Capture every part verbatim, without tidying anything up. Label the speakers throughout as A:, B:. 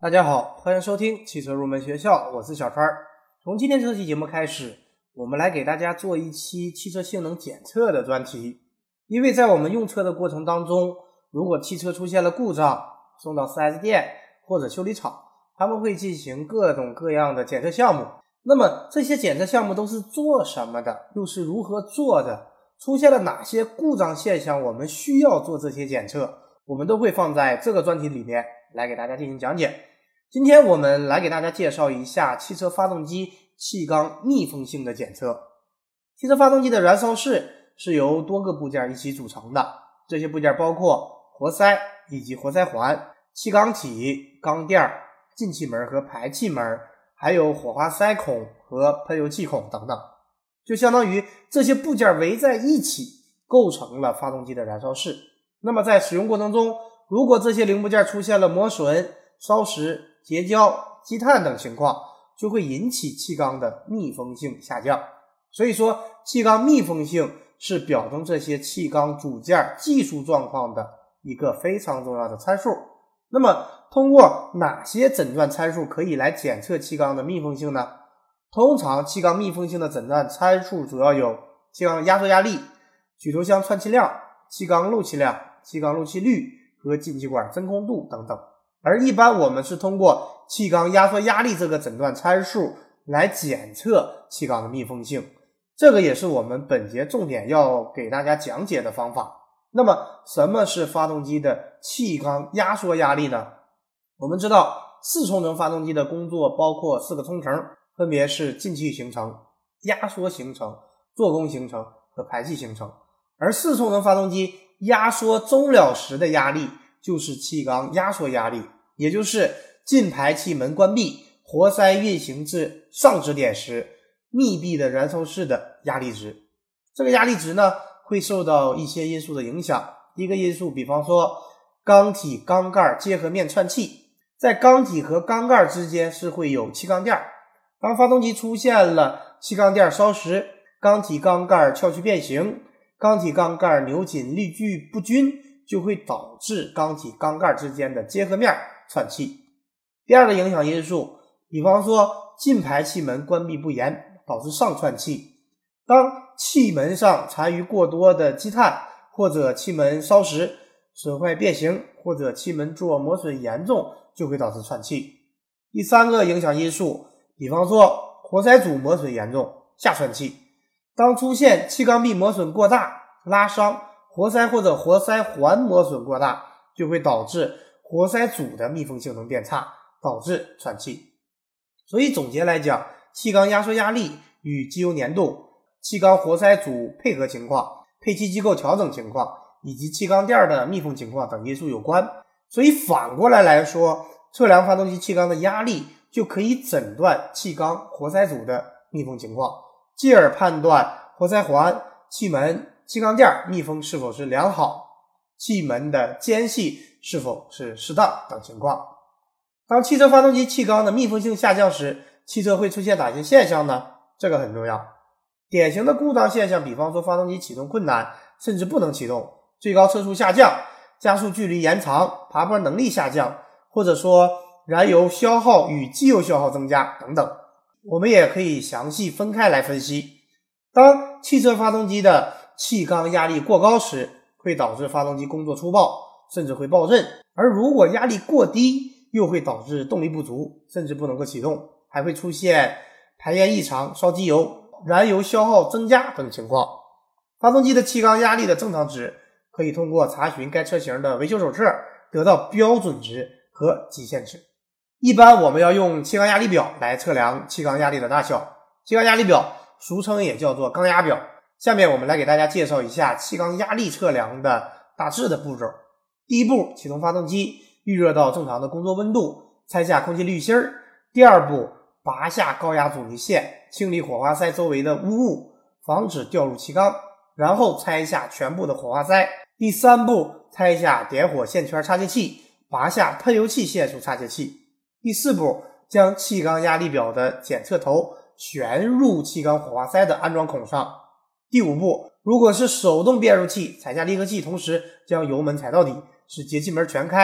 A: 大家好，欢迎收听汽车入门学校，我是小川。从今天这期节目开始，我们来给大家做一期汽车性能检测的专题。因为在我们用车的过程当中，如果汽车出现了故障，送到 四 S 店或者修理厂，他们会进行各种各样的检测项目。那么这些检测项目都是做什么的，又是如何做的，出现了哪些故障现象，我们需要做这些检测，我们都会放在这个专题里面来给大家进行讲解。今天我们来给大家介绍一下汽车发动机气缸密封性的检测。汽车发动机的燃烧室是由多个部件一起组成的，这些部件包括活塞以及活塞环、气缸体、缸垫、进气门和排气门，还有火花塞孔和喷油器孔等等，就相当于这些部件围在一起构成了发动机的燃烧室。那么在使用过程中，如果这些零部件出现了磨损、烧蚀、结胶、积碳等情况，就会引起气缸的密封性下降。所以说气缸密封性是表征这些气缸组件技术状况的一个非常重要的参数。那么通过哪些诊断参数可以来检测气缸的密封性呢？通常气缸密封性的诊断参数主要有气缸压缩压力、曲轴箱串气量、气缸漏气量、气缸漏气率和进气管真空度等等。而一般我们是通过气缸压缩压力这个诊断参数来检测气缸的密封性，这个也是我们本节重点要给大家讲解的方法。那么什么是发动机的气缸压缩压力呢？我们知道四冲程发动机的工作包括四个冲程，分别是进气行程、压缩行程、做功行程和排气行程。而四冲程发动机压缩终了时的压力就是气缸压缩压力，也就是进排气门关闭，活塞运行至上止点时密闭的燃烧室的压力值。这个压力值呢会受到一些因素的影响，一个因素比方说缸体缸盖结合面串气，在缸体和缸盖之间是会有气缸垫，当发动机出现了气缸垫烧蚀、缸体缸盖翘曲变形、缸体缸盖扭紧力矩不均，就会导致缸体缸盖之间的结合面串气。第二个影响因素，比方说进排气门关闭不严，导致上串气。当气门上残余过多的积碳，或者气门烧蚀、损坏变形，或者气门座磨损严重，就会导致串气。第三个影响因素，比方说活塞组磨损严重，下串气。当出现气缸壁磨损过大、拉伤，活塞或者活塞环磨损过大，就会导致活塞组的密封性能变差，导致串气。所以总结来讲，气缸压缩压力与机油粘度、气缸活塞组配合情况、配气机构调整情况以及气缸垫的密封情况等因素有关。所以反过来来说，测量发动机气缸的压力就可以诊断气缸活塞组的密封情况，继而判断活塞环、气门、气缸垫密封是否是良好，气门的间隙是否是适当等情况。当汽车发动机气缸的密封性下降时，汽车会出现哪些现象呢？这个很重要。典型的故障现象，比方说发动机启动困难，甚至不能启动，最高车速下降，加速距离延长，爬坡能力下降，或者说燃油消耗与机油消耗增加等等。我们也可以详细分开来分析。当汽车发动机的气缸压力过高时，会导致发动机工作粗暴，甚至会爆震，而如果压力过低，又会导致动力不足，甚至不能够启动，还会出现排烟异常、烧机油、燃油消耗增加等情况。发动机的气缸压力的正常值可以通过查询该车型的维修手册得到标准值和极限值。一般我们要用气缸压力表来测量气缸压力的大小，气缸压力表俗称也叫做缸压表。下面我们来给大家介绍一下气缸压力测量的大致的步骤。第一步，启动发动机，预热到正常的工作温度，拆下空气滤芯儿。第二步，拔下高压阻尼线，清理火花塞周围的污物，防止掉入气缸，然后拆下全部的火花塞。第三步，拆下点火线圈插接器，拔下喷油器线束插接器。第四步，将气缸压力表的检测头旋入气缸火花塞的安装孔上。第五步，如果是手动变速器，踩下离合器，同时将油门踩到底，使节气门全开，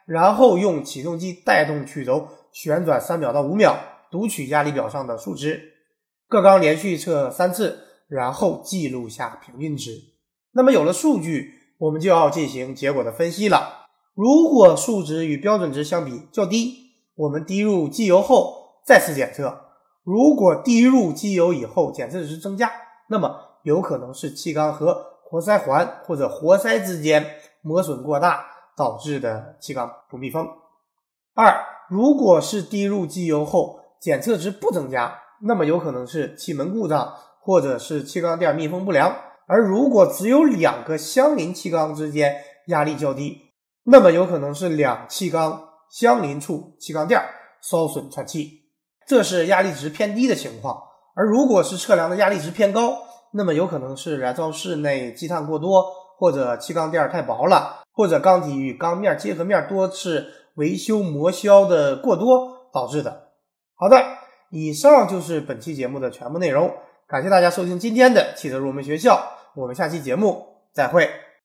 A: 然后用起动机带动曲轴旋转三秒到五秒，读取压力表上的数值，各缸连续测三次，然后记录下平均值。那么有了数据，我们就要进行结果的分析了。如果数值与标准值相比较低，我们滴入机油后再次检测，如果滴入机油以后检测值增加，那么有可能是气缸和活塞环或者活塞之间磨损过大导致的气缸不密封。二，如果是滴入机油后检测值不增加，那么有可能是气门故障或者是气缸垫密封不良。而如果只有两个相邻气缸之间压力较低，那么有可能是两气缸相邻处气缸垫烧损串气，这是压力值偏低的情况。而如果是测量的压力值偏高，那么有可能是燃烧室内积碳过多，或者气缸垫太薄了，或者缸体与缸面结合面多次维修磨削的过多导致的。好的，以上就是本期节目的全部内容，感谢大家收听今天的汽车入门学校，我们下期节目再会。